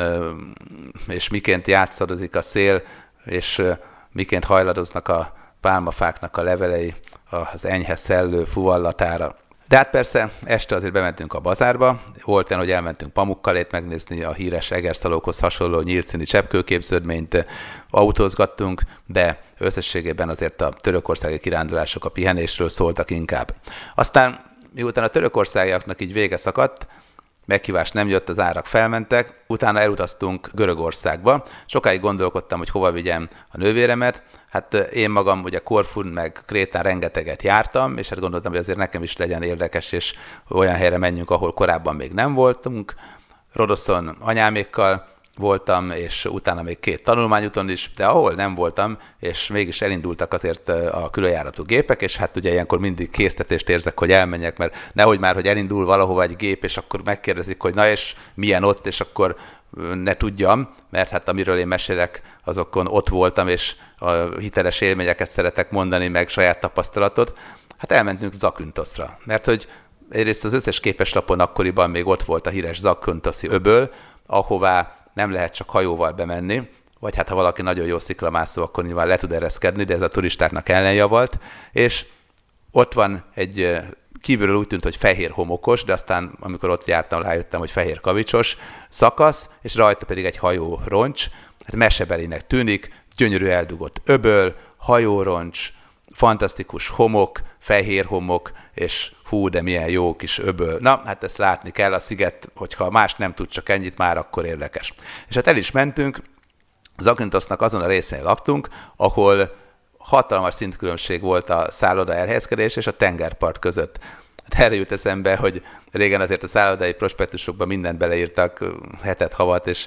A: és miként játszadozik a szél, és miként hajladoznak a pálmafáknak a levelei az enyhe szellő fuvallatára. De hát persze este azért bementünk a bazárba, volt olyan, hogy elmentünk Pamukkkalét megnézni a híres egerszalókhoz hasonló nyíltszíni cseppkőképződményt, autózgattunk, de összességében azért a törökországi kirándulások a pihenésről szóltak inkább. Aztán miután a törökországiaknak így vége szakadt, meghívás nem jött, az árak felmentek, utána elutaztunk Görögországba. Sokáig gondolkodtam, hogy hova vigyem a nővéremet. Hát én magam ugye Korfun meg Krétán rengeteget jártam, és hát gondoltam, hogy azért nekem is legyen érdekes, és olyan helyre menjünk, ahol korábban még nem voltunk. Rodoszon anyámékkal voltam, és utána még 2 tanulmányúton is, de ahol nem voltam, és mégis elindultak azért a különjáratú gépek, és hát ugye ilyenkor mindig késztetést érzek, hogy elmenjek, mert nehogy már, hogy elindul valahova egy gép, és akkor megkérdezik, hogy na és milyen ott, és akkor ne tudjam, mert hát amiről én mesélek, azokon ott voltam, és a hiteles élményeket szeretek mondani, meg saját tapasztalatot. Hát elmentünk Zakynthosra, mert hogy egyrészt az összes képeslapon akkoriban még ott volt a híres Zakynthoszi öböl, ahová nem lehet csak hajóval bemenni, vagy hát ha valaki nagyon jó sziklamászó, akkor nyilván le tud ereszkedni, de ez a turistáknak ellenjavalt, és ott van egy kívülről úgy tűnt, hogy fehér homokos, de aztán amikor ott jártam, rájöttem, hogy fehér kavicsos szakasz, és rajta pedig egy hajó roncs, hát mesebelinek tűnik, gyönyörű eldugott öböl, hajóroncs, fantasztikus homok, fehér homok, és hú, de milyen jó kis öböl. Na, hát ezt látni kell, a sziget, hogyha más nem tud, csak ennyit, már akkor érdekes. És hát el is mentünk, Zakynthosnak azon a részén laktunk, ahol hatalmas szintkülönbség volt a szálloda elhelyezkedés és a tengerpart között. Hát erre jut eszembe, hogy régen azért a szállodai prospektusokban mindent beleírtak, hetet, havat, és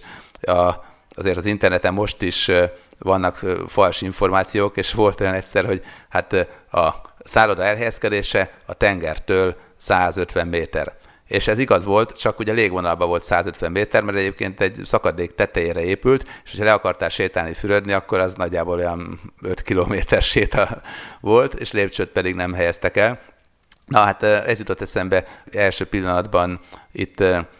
A: azért az interneten most is vannak fals információk, és volt olyan egyszer, hogy hát a szálloda elhelyezkedése a tengertől 150 méter. És ez igaz volt, csak ugye légvonalban volt 150 méter, mert egyébként egy szakadék tetejére épült, és ha le akartál sétálni, fürödni, akkor az nagyjából olyan 5 kilométer séta volt, és lépcsőt pedig nem helyeztek el. Na hát ez jutott eszembe első pillanatban itt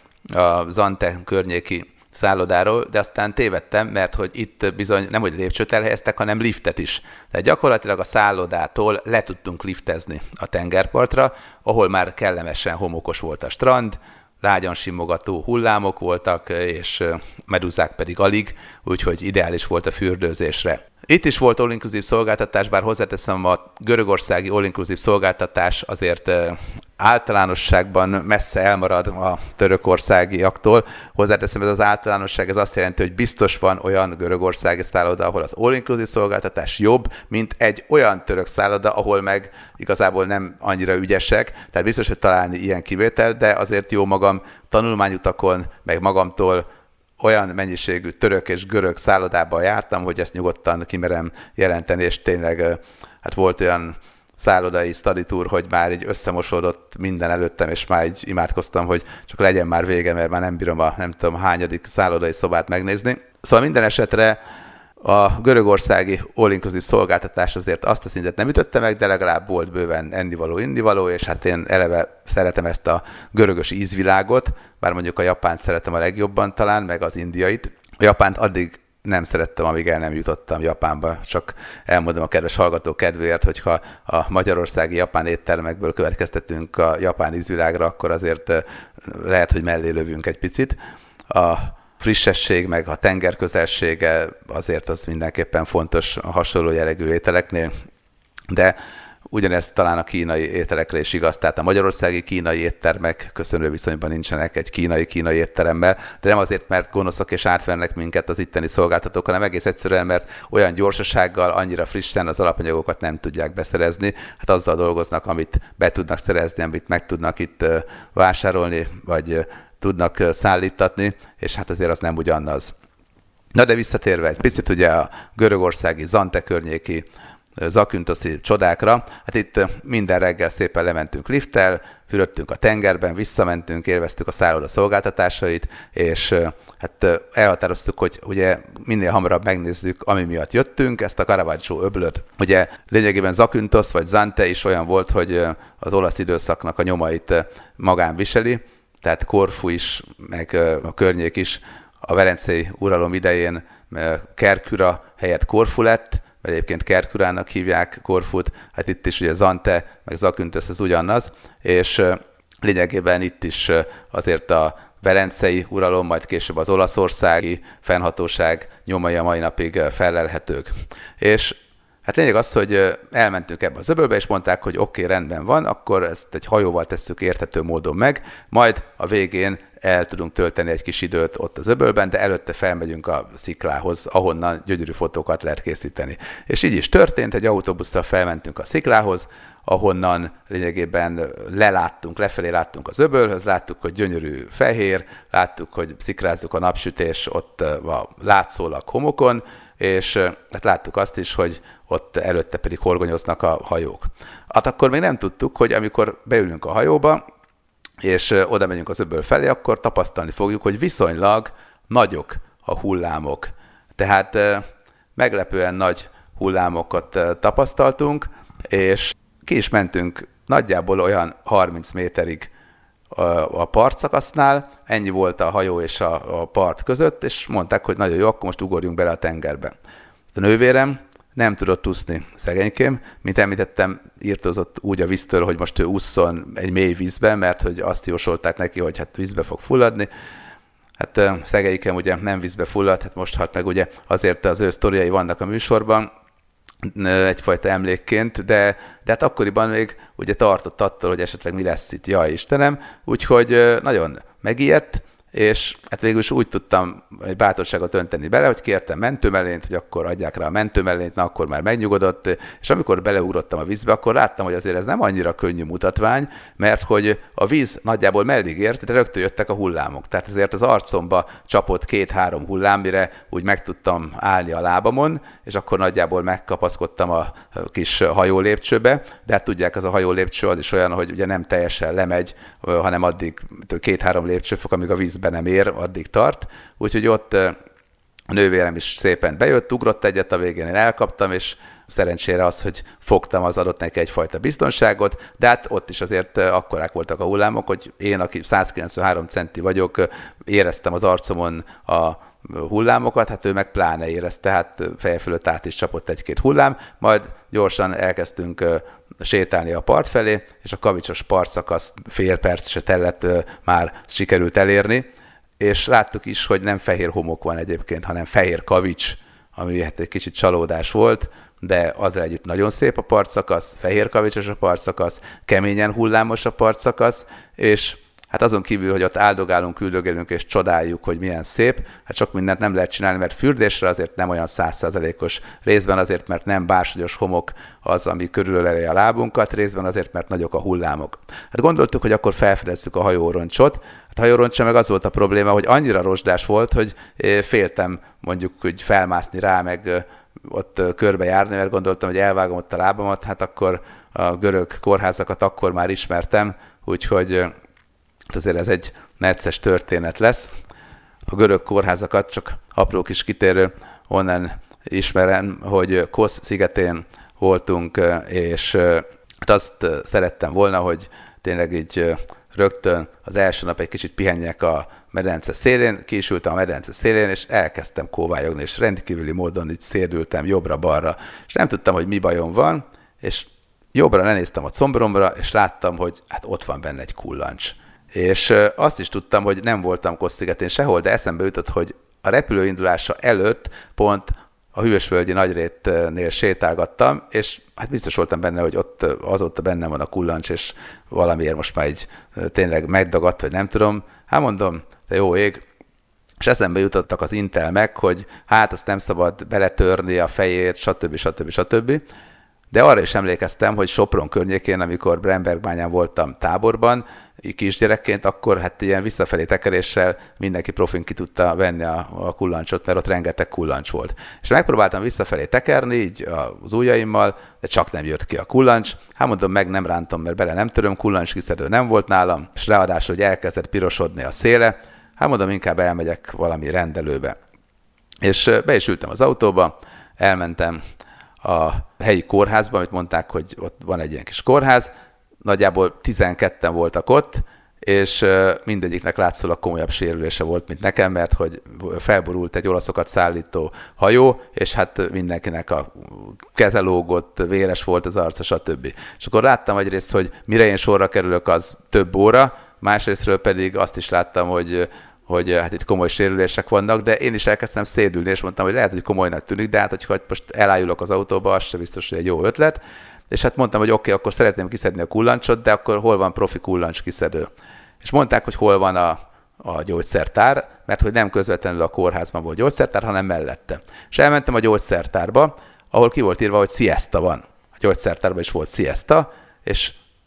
A: a Zante környéki szállodáról, de aztán tévedtem, mert hogy itt bizony nem hogy lépcsőt elhelyeztek, hanem liftet is. Tehát gyakorlatilag a szállodától le tudtunk liftezni a tengerpartra, ahol már kellemesen homokos volt a strand, lágyan simogató hullámok voltak, és meduzák pedig alig, úgyhogy ideális volt a fürdőzésre. Itt is volt all-inclusive szolgáltatás, bár hozzáteszem, a görögországi all-inclusive szolgáltatás azért általánosságban messze elmarad a törökországiaktól. Hozzáteszem, ez az általánosság, ez azt jelenti, hogy biztos van olyan görögországi szálloda, ahol az all-inclusive szolgáltatás jobb, mint egy olyan török szálloda, ahol meg igazából nem annyira ügyesek. Tehát biztos, hogy találni ilyen kivétel, de azért jó magam tanulmányutakon, meg magamtól olyan mennyiségű török és görög szállodában jártam, hogy ezt nyugodtan kimerem jelenteni, és tényleg hát volt olyan szállodai study tour, hogy már így összemosódott minden előttem, és már így imádkoztam, hogy csak legyen már vége, mert már nem bírom a nem tudom hányadik szállodai szobát megnézni. Szóval minden esetre a görögországi all-inclusive szolgáltatás azért azt a szintet nem ütötte meg, de legalább volt bőven ennivaló, indivaló, és hát én eleve szeretem ezt a görögös ízvilágot, bár mondjuk a japánt szeretem a legjobban talán, meg az indiait. A japánt addig nem szerettem, amíg el nem jutottam Japánba, csak elmondom a kedves hallgató kedvéért, hogyha a magyarországi japán éttermekből következtetünk a japán ízvilágra, akkor azért lehet, hogy mellé lövünk egy picit. A frissesség, meg a tenger közelsége azért az mindenképpen fontos a hasonló jellegű ételeknél, de ugyanezt talán a kínai ételekre is igaz, tehát a magyarországi kínai éttermek köszönő viszonyban nincsenek egy kínai étteremmel, de nem azért, mert gonoszok és átvernek minket az itteni szolgáltatók, hanem egész egyszerűen, mert olyan gyorsasággal, annyira frissen az alapanyagokat nem tudják beszerezni, hát azzal dolgoznak, amit be tudnak szerezni, amit meg tudnak itt vásárolni, vagy tudnak szállítatni, és hát azért az nem ugyanaz. Na de visszatérve egy picit ugye a görögországi Zante környéki zaküntoszi csodákra, hát itt minden reggel szépen lementünk lifttel, fürödtünk a tengerben, visszamentünk, élveztük a szálloda szolgáltatásait, és hát elhatároztuk, hogy ugye minél hamarabb megnézzük, ami miatt jöttünk, ezt a Caravaggio öblöt. Ugye lényegében Zakynthos vagy Zante is olyan volt, hogy az olasz időszaknak a nyomait magán viseli, tehát Korfu is, meg a környék is a velencei uralom idején Kerkyra helyett Korfu lett, mert egyébként Kerkyrának hívják Korfut, hát itt is ugye Zante, meg Zakynthos az ugyanaz, és lényegében itt is azért a velencei uralom, majd később az olaszországi fennhatóság nyomai a mai napig fellelhetők. És hát lényeg az, hogy elmentünk ebbe az öbölbe, és mondták, hogy oké, rendben van, akkor ezt egy hajóval tesszük érthető módon meg, majd a végén el tudunk tölteni egy kis időt ott az öbölben, de előtte felmegyünk a sziklához, ahonnan gyönyörű fotókat lehet készíteni. És így is történt, egy autóbusszal felmentünk a sziklához, ahonnan lényegében lefelé láttunk az öbölhöz, láttuk, hogy gyönyörű fehér, láttuk, hogy szikrázzuk a napsütés ott a látszólag homokon, és hát láttuk azt is, hogy ott előtte pedig horgonyoznak a hajók. Hát akkor még nem tudtuk, hogy amikor beülünk a hajóba, és oda megyünk az öböl felé, akkor tapasztalni fogjuk, hogy viszonylag nagyok a hullámok. Tehát meglepően nagy hullámokat tapasztaltunk, és ki is mentünk nagyjából olyan 30 méterig a partszakasznál, ennyi volt a hajó és a part között, és mondták, hogy nagyon jó, akkor most ugorjunk bele a tengerbe. A nővérem nem tudott úszni, szegénykém, mint említettem, írtózott úgy a víztől, hogy most ő ússzon egy mély vízbe, mert hogy azt jósolták neki, hogy hát vízbe fog fulladni. Hát szegénykém ugye nem vízbe fulladt, hát most halt meg ugye azért az ő sztoriai vannak a műsorban, egyfajta emlékként, de hát akkoriban még ugye tartott attól, hogy esetleg mi lesz itt, jaj Istenem, úgyhogy nagyon megijedt, és hát végül is úgy tudtam egy bátorságot önteni bele, hogy kértem mentőmellényt, hogy akkor adják rá a mentőmellényt, na akkor már megnyugodott, és amikor beleugrottam a vízbe, akkor láttam, hogy azért ez nem annyira könnyű mutatvány, mert hogy a víz nagyjából mellig ért, de rögtön jöttek a hullámok. Tehát ezért az arcomba csapott 2-3 hullám, mire úgy meg tudtam állni a lábamon, és akkor nagyjából megkapaszkodtam a kis hajólépcsőbe, de hát tudják, az a hajólépcső az is olyan, hogy ugye nem teljesen lemegy, hanem addig 2-3 lépcsőfok, amíg a vízbe nem ér, addig tart. Úgyhogy ott a nővérem is szépen bejött, ugrott egyet, a végén én elkaptam, és szerencsére az, hogy fogtam, az adott neki egyfajta biztonságot, de hát ott is azért akkorák voltak a hullámok, hogy én, aki 193 centi vagyok, éreztem az arcomon a hullámokat, hát ő meg pláne érezte, hát feje fölött át is csapott egy-két hullám, majd gyorsan elkezdtünk sétálni a part felé, és a kavicsos partszakaszt fél perc se tellett már sikerült elérni, és láttuk is, hogy nem fehér homok van egyébként, hanem fehér kavics, ami hát egy kicsit csalódás volt, de azzal együtt nagyon szép a partszakasz, fehér kavicsos a partszakasz, keményen hullámos a partszakasz, és hát azon kívül, hogy ott áldogálunk, üldögélünk és csodáljuk, hogy milyen szép, hát sok mindent nem lehet csinálni, mert fürdésre azért nem olyan 100%-os, részben azért, mert nem bársonyos homok az, ami körülöleli a lábunkat, részben azért, mert nagyok a hullámok. Hát gondoltuk, hogy akkor felfedezzük a hajóroncsot, hát a hajóroncsa meg az volt a probléma, hogy annyira rozsdás volt, hogy féltem mondjuk, hogy felmászni rá, meg ott körbejárni, mert gondoltam, hogy elvágom ott a lábamat, hát akkor a görög kórházakat akkor már ismertem, úgyhogy azért ez egy necces történet lesz. A görög kórházakat csak apró kis kitérő, onnan ismerem, hogy Kosz szigetén voltunk, és azt szerettem volna, hogy tényleg így rögtön az első nap egy kicsit pihenjek a medence szélén, ki is ültem a medence szélén, és elkezdtem kóvályogni, és rendkívüli módon így szédültem jobbra-balra, és nem tudtam, hogy mi bajom van, és jobbra lenéztem a combromra, és láttam, hogy hát ott van benne egy kullancs. És azt is tudtam, hogy nem voltam Kosz szigetén sehol, de eszembe jutott, hogy a repülő indulása előtt pont a Hűvösvölgyi Nagyrétnél sétálgattam, és hát biztos voltam benne, hogy ott azóta bennem van a kullancs, és valamiért most már így tényleg megdagadt, vagy nem tudom. Hát mondom, de jó ég. És eszembe jutottak az intelmek, hogy hát azt nem szabad beletörni a fejét, stb. De arra is emlékeztem, hogy Sopron környékén, amikor Brembergbányán voltam táborban, kisgyerekként, akkor hát ilyen visszafelé tekeréssel mindenki profin ki tudta venni a kullancsot, mert ott rengeteg kullancs volt. És megpróbáltam visszafelé tekerni, így az ujjaimmal, de csak nem jött ki a kullancs. Hát mondom, meg nem rántom, mert bele nem töröm, kullancs-kiszedő nem volt nálam, és ráadásul, hogy elkezdett pirosodni a széle, hát mondom, inkább elmegyek valami rendelőbe. És be is ültem az autóba, elmentem a helyi kórházba, amit mondták, hogy ott van egy ilyen kis kórház, nagyjából 12-en voltak ott, és mindegyiknek látszólag komolyabb sérülése volt, mint nekem, mert hogy felborult egy olaszokat szállító hajó, és hát mindenkinek a keze lógott, véres volt az arca, stb. És akkor láttam egyrészt, hogy mire én sorra kerülök, az több óra, másrésztről pedig azt is láttam, hogy hát itt komoly sérülések vannak, de én is elkezdtem szédülni, és mondtam, hogy lehet, hogy komolynak tűnik, de hát hogyha most elájulok az autóba, az sem biztos, hogy egy jó ötlet. És hát mondtam, hogy oké, akkor szeretném kiszedni a kullancsot, de akkor hol van profi kullancs kiszedő? És mondták, hogy hol van a gyógyszertár, mert hogy nem közvetlenül a kórházban volt gyógyszertár, hanem mellette. És elmentem a gyógyszertárba, ahol ki volt írva, hogy siesta van. A gyógyszertárban is volt siesta, és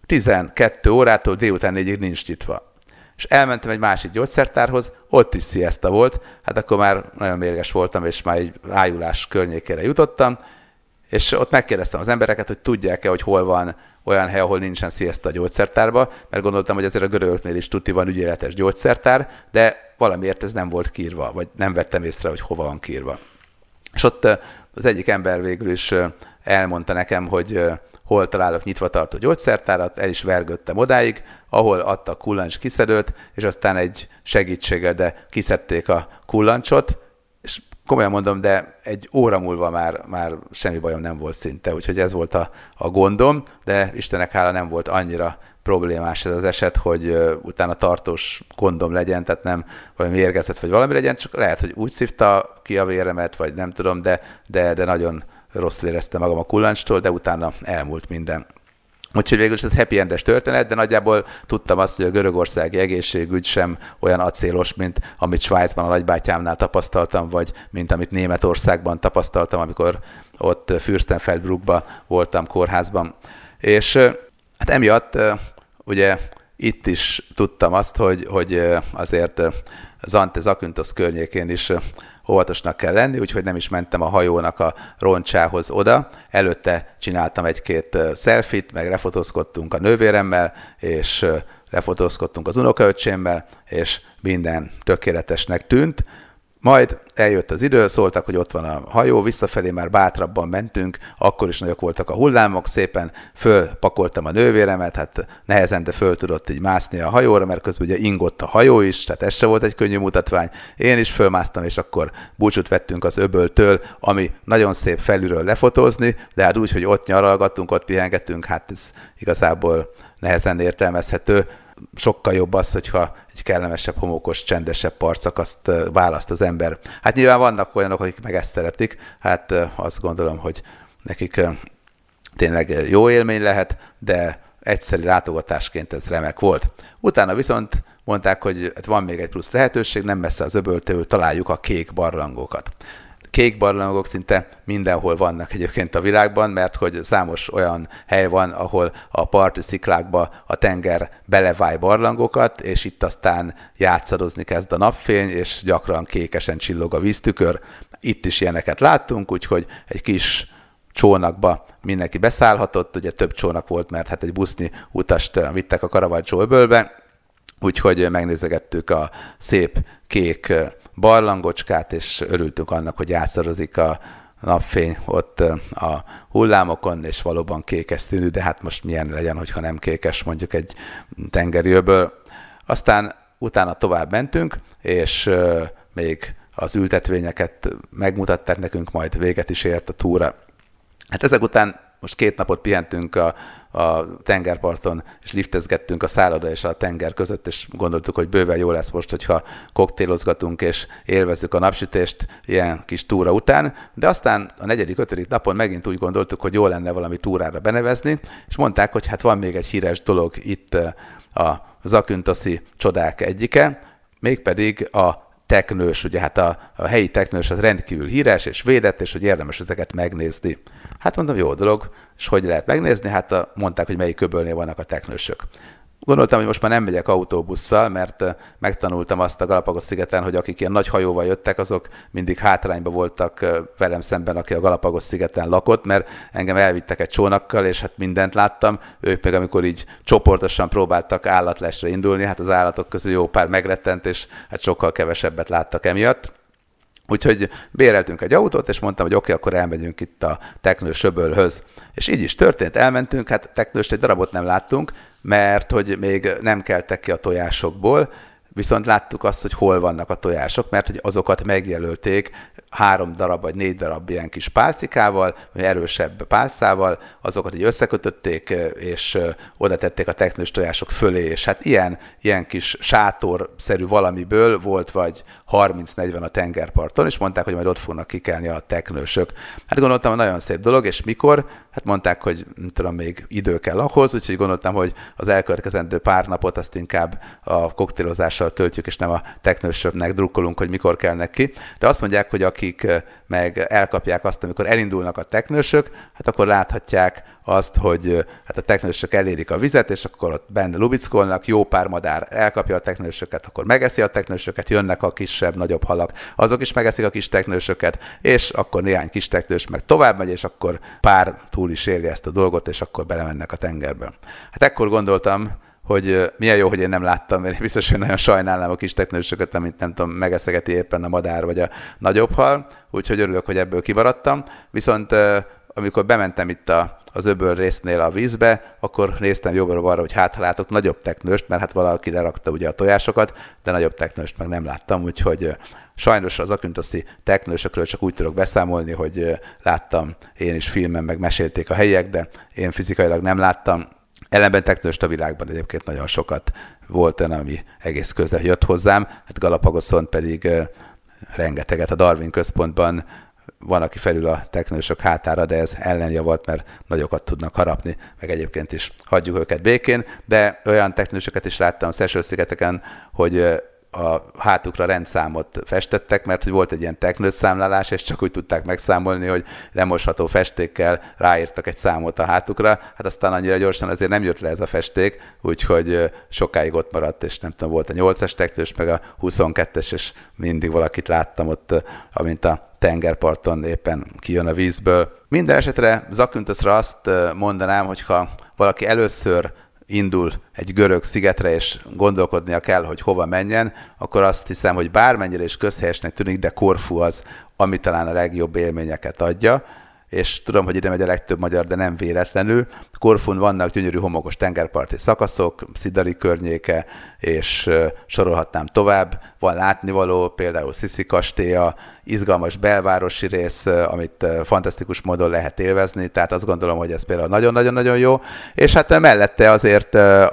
A: 12 órától délután 4-ig nincs nyitva. És elmentem egy másik gyógyszertárhoz, ott is siesta volt, hát akkor már nagyon mérges voltam, és már egy ájulás környékére jutottam, és ott megkérdeztem az embereket, hogy tudják-e, hogy hol van olyan hely, ahol nincsen siesta a gyógyszertárba, mert gondoltam, hogy azért a görögöknél is tuti van ügyeletes gyógyszertár, de valamiért ez nem volt kiírva, vagy nem vettem észre, hogy hova van kiírva. És ott az egyik ember végül is elmondta nekem, hogy hol találok nyitva tartó gyógyszertárat, el is vergődtem odáig, ahol adtak kullancs kiszedőt, és aztán egy segítséggel, de kiszedték a kullancsot, és komolyan mondom, de egy óra múlva már semmi bajom nem volt szinte, úgyhogy ez volt a gondom, de Istennek hála nem volt annyira problémás ez az eset, hogy utána tartós gondom legyen, tehát nem valami mérgezet vagy valami legyen, csak lehet, hogy úgy szívta ki a véremet, vagy nem tudom, de nagyon rosszul éreztem magam a kullancstól, de utána elmúlt minden. Úgyhogy végül is ez happy endes történet, de nagyjából tudtam azt, hogy a görögországi egészségügy sem olyan acélos, mint amit Svájcban a nagybátyámnál tapasztaltam, vagy mint amit Németországban tapasztaltam, amikor ott Fürstenfeldbruckban voltam kórházban. És hát emiatt ugye itt is tudtam azt, hogy azért Zante Zakynthos környékén is óvatosnak kell lenni, úgyhogy nem is mentem a hajónak a roncsához oda. Előtte csináltam egy-két selfit, meg lefotózkodtunk a nővéremmel, és lefotózkodtunk az unokaöcsémmel, és minden tökéletesnek tűnt. Majd eljött az idő, szóltak, hogy ott van a hajó, visszafelé már bátrabban mentünk, akkor is nagyok voltak a hullámok, szépen fölpakoltam a nővéremet, hát nehezen, de föl tudott így mászni a hajóra, mert közben ugye ingott a hajó is, tehát ez se volt egy könnyű mutatvány. Én is fölmásztam, és akkor búcsút vettünk az öböltől, ami nagyon szép felülről lefotózni, de hát úgy, hogy ott nyaralgattunk, ott pihengettünk, hát ez igazából nehezen értelmezhető. Sokkal jobb az, hogyha egy kellemesebb, homokos, csendesebb partszakaszt választ az ember. Hát nyilván vannak olyanok, akik meg ezt szeretik, hát azt gondolom, hogy nekik tényleg jó élmény lehet, de egyszeri látogatásként ez remek volt. Utána viszont mondták, hogy van még egy plusz lehetőség, nem messze az öböltől találjuk a kék barlangokat. Kék barlangok szinte mindenhol vannak egyébként a világban, mert hogy számos olyan hely van, ahol a parti sziklákba a tenger beleváj barlangokat, és itt aztán játszadozni kezd a napfény, és gyakran kékesen csillog a víztükör. Itt is ilyeneket láttunk, úgyhogy egy kis csónakba mindenki beszállhatott, ugye több csónak volt, mert hát egy busznyi utast vittek a Caravaggio öbölbe, úgyhogy megnézegettük a szép kék barlangocskát, és örültünk annak, hogy játszadozik a napfény ott a hullámokon, és valóban kékes színű, de hát most milyen legyen, hogyha nem kékes, mondjuk egy tengeri öböl. Aztán utána tovább mentünk, és még az ültetvényeket megmutatták nekünk, majd véget is ért a túra. Hát ezek után most 2 napot pihentünk a tengerparton, és liftezgettünk a szálloda és a tenger között, és gondoltuk, hogy bőven jó lesz most, hogyha koktélozgatunk és élvezzük a napsütést ilyen kis túra után, de aztán a 4.-5. napon megint úgy gondoltuk, hogy jó lenne valami túrára benevezni, és mondták, hogy hát van még egy híres dolog itt a zakyntoszi csodák egyike, mégpedig a teknős, ugye hát a helyi teknős az rendkívül híres és védett, és hogy érdemes ezeket megnézni. Hát mondom, jó dolog, és hogy lehet megnézni? Hát mondták, hogy melyik öbölnél vannak a teknősök. Gondoltam, hogy most már nem megyek autóbusszal, mert megtanultam azt a Galapagos-szigeten, hogy akik ilyen nagy hajóval jöttek, azok mindig hátrányban voltak velem szemben, aki a Galapagos-szigeten lakott, mert engem elvittek egy csónakkal, és hát mindent láttam. Ők meg amikor így csoportosan próbáltak állatlesre indulni, hát az állatok közül jó pár megrettent, és hát sokkal kevesebbet láttak emiatt. Úgyhogy béreltünk egy autót, és mondtam, hogy oké, akkor elmegyünk itt a teknős öbölhöz. És így is történt, elmentünk, hát teknőst egy darabot nem láttunk, mert hogy még nem keltek ki a tojásokból, viszont láttuk azt, hogy hol vannak a tojások, mert hogy azokat megjelölték 3 darab vagy 4 darab ilyen kis pálcikával, vagy erősebb pálcával, azokat így összekötötték, és oda tették a teknős tojások fölé, és hát ilyen kis sátorszerű valamiből volt vagy 30-40 a tengerparton, és mondták, hogy majd ott fognak kikelni a teknősök. Hát gondoltam, hogy nagyon szép dolog, és mikor? Hát mondták, hogy nem tudom, még idő kell ahhoz, úgyhogy gondoltam, hogy az elkövetkezendő pár napot azt inkább a koktélozással töltjük, és nem a teknősöknek drukkolunk, hogy mikor kelnek ki. De azt mondják, hogy akik meg elkapják azt, amikor elindulnak a teknősök, hát akkor láthatják azt, hogy hát a teknősök elérik a vizet, és akkor ott benne lubickolnak, jó pár madár elkapja a teknősöket, akkor megeszi a teknősöket, jönnek a kisebb, nagyobb halak, azok is megeszik a kis teknősöket, és akkor néhány kis teknős meg tovább megy, és akkor pár túl is éli ezt a dolgot, és akkor belemennek a tengerbe. Hát ekkor gondoltam, hogy milyen jó, hogy én nem láttam, mert biztos, hogy nagyon sajnálnám a kis teknősöket, amit nem tudom, megeszegeti éppen a madár vagy a nagyobb hal, úgyhogy örülök, hogy ebből kimaradtam. Viszont amikor bementem itt az öböl résznél a vízbe, akkor néztem jobbra-balra, hogy hát látok nagyobb teknőst, mert hát valaki lerakta ugye a tojásokat, de nagyobb teknőst meg nem láttam, úgyhogy sajnos az zaküntoszi teknősökről csak úgy tudok beszámolni, hogy láttam én is filmen, meg mesélték a helyiek, de én fizikailag nem láttam. Ellenben teknőst a világban egyébként nagyon sokat volt olyan, ami egész közel jött hozzám, hát Galapagoszon pedig rengeteget a Darwin központban van, aki felül a teknősök hátára, de ez ellenjavalt, mert nagyokat tudnak harapni, meg egyébként is hagyjuk őket békén, de olyan teknősöket is láttam Seychelles-szigeteken, hogy a hátukra rendszámot festettek, mert hogy volt egy ilyen teknőszámlálás, és csak úgy tudták megszámolni, hogy lemosható festékkel ráírtak egy számot a hátukra. Hát aztán annyira gyorsan azért nem jött le ez a festék, úgyhogy sokáig ott maradt, és nem tudom, volt a 8-as teknős, meg a 22-es, és mindig valakit láttam ott, amint a tengerparton éppen kijön a vízből. Minden esetre Zakynthosra azt mondanám, hogyha valaki először indul egy görög szigetre, és gondolkodnia kell, hogy hova menjen, akkor azt hiszem, hogy bármennyire is közhelyesnek tűnik, de Korfu az, ami talán a legjobb élményeket adja, és tudom, hogy ide megy a legtöbb magyar, de nem véletlenül. Korfun vannak gyönyörű homokos tengerparti szakaszok, Szidari környéke, és sorolhatnám tovább. Van látnivaló, például Sziszi kastélya, izgalmas belvárosi rész, amit fantasztikus módon lehet élvezni, tehát azt gondolom, hogy ez például nagyon-nagyon-nagyon jó. És hát mellette azért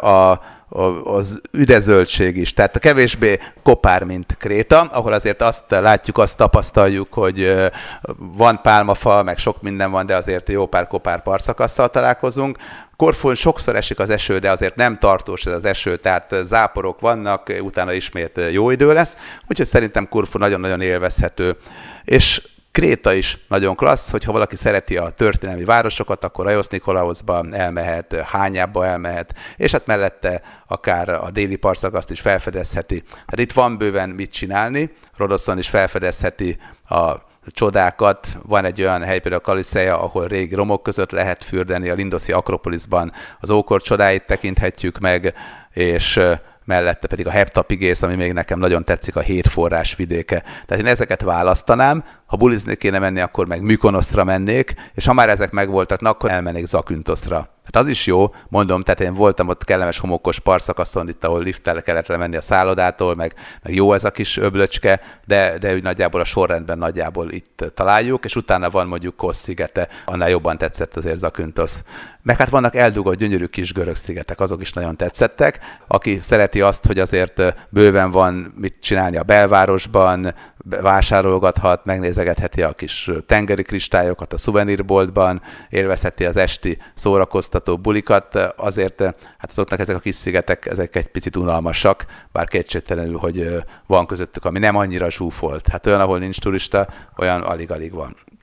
A: az üdezöldség is, tehát kevésbé kopár, mint Kréta, ahol azért azt látjuk, azt tapasztaljuk, hogy van pálmafa, meg sok minden van, de azért jó pár kopár partszakasszal találkozunk. Korfun sokszor esik az eső, de azért nem tartós ez az eső, tehát záporok vannak, utána ismét jó idő lesz, úgyhogy szerintem Korfu nagyon-nagyon élvezhető. És Kréta is nagyon klassz, hogyha valaki szereti a történelmi városokat, akkor Aiosz Nikolaoszba elmehet, Hányába elmehet, és hát mellette akár a déli partszakaszt is felfedezheti. Hát itt van bőven mit csinálni, Rodoszon is felfedezheti a csodákat. Van egy olyan hely, például Kaliszea, ahol régi romok között lehet fürdeni, a Lindoszi Akropoliszban az ókor csodáit tekinthetjük meg, és mellette pedig a Heptapigész, ami még nekem nagyon tetszik, a 7 forrás vidéke. Tehát én ezeket választanám, ha bulizni kéne menni, akkor meg Mykonoszra mennék, és ha már ezek megvoltak, akkor elmennék Zakynthosra. Hát az is jó, mondom, tehát én voltam ott kellemes homokos partszakaszon, itt ahol lifttel kellett lemenni a szállodától, meg jó ez a kis öblöcske, de úgy nagyjából a sorrendben nagyjából itt találjuk, és utána van mondjuk Kos szigete, annál jobban tetszett azért Zakynthos. Meg hát vannak eldugott gyönyörű kis görög szigetek, azok is nagyon tetszettek. Aki szereti azt, hogy azért bőven van mit csinálni a belvárosban, vásárolgathat, megnézegetheti a kis tengeri kristályokat a szuvenírboltban, élvezheti az esti szórakoztató bulikat, azért hát azoknak ezek a kis szigetek, ezek egy picit unalmasak, bár kétségtelenül, hogy van közöttük, ami nem annyira zsúfolt. Hát olyan, ahol nincs turista, olyan alig-alig van.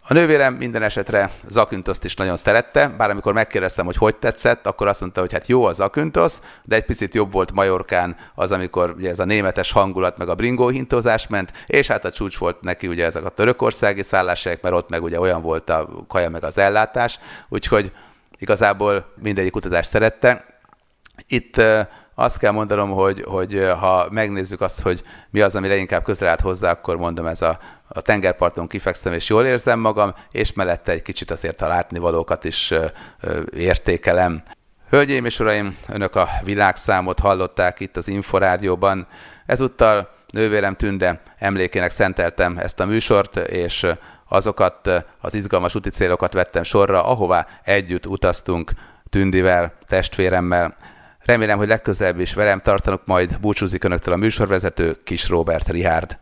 A: A nővérem minden esetre Zaküntoszt is nagyon szerette, bár amikor megkérdeztem, hogy tetszett, akkor azt mondta, hogy hát jó a Zaküntosz, de egy picit jobb volt Majorkán az, amikor ugye ez a németes hangulat, meg a bringóhintozás ment, és hát a csúcs volt neki ugye ezek a törökországi szálláshelyek, mert ott meg ugye olyan volt a kaja meg az ellátás, úgyhogy igazából mindegyik utazást szerette. Itt azt kell mondanom, hogy ha megnézzük azt, hogy mi az, ami leginkább közel állt hozzá, akkor mondom, ez a tengerparton kifekszem, és jól érzem magam, és mellette egy kicsit azért a látnivalókat is értékelem. Hölgyeim és uraim, önök a világszámot hallották itt az Inforádióban. Ezúttal nővérem Tünde emlékének szenteltem ezt a műsort, és azokat az izgalmas úti célokat vettem sorra, ahová együtt utaztunk Tündivel, testvéremmel. Remélem, hogy legközelebb is velem tartanak, majd búcsúzik önöktől a műsorvezető Kis Róbert Richárd.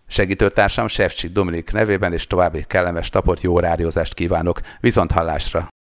A: Segítőtársam Sefcsik Dominik nevében és további kellemes napot, jó rádiózást kívánok. Viszonthallásra!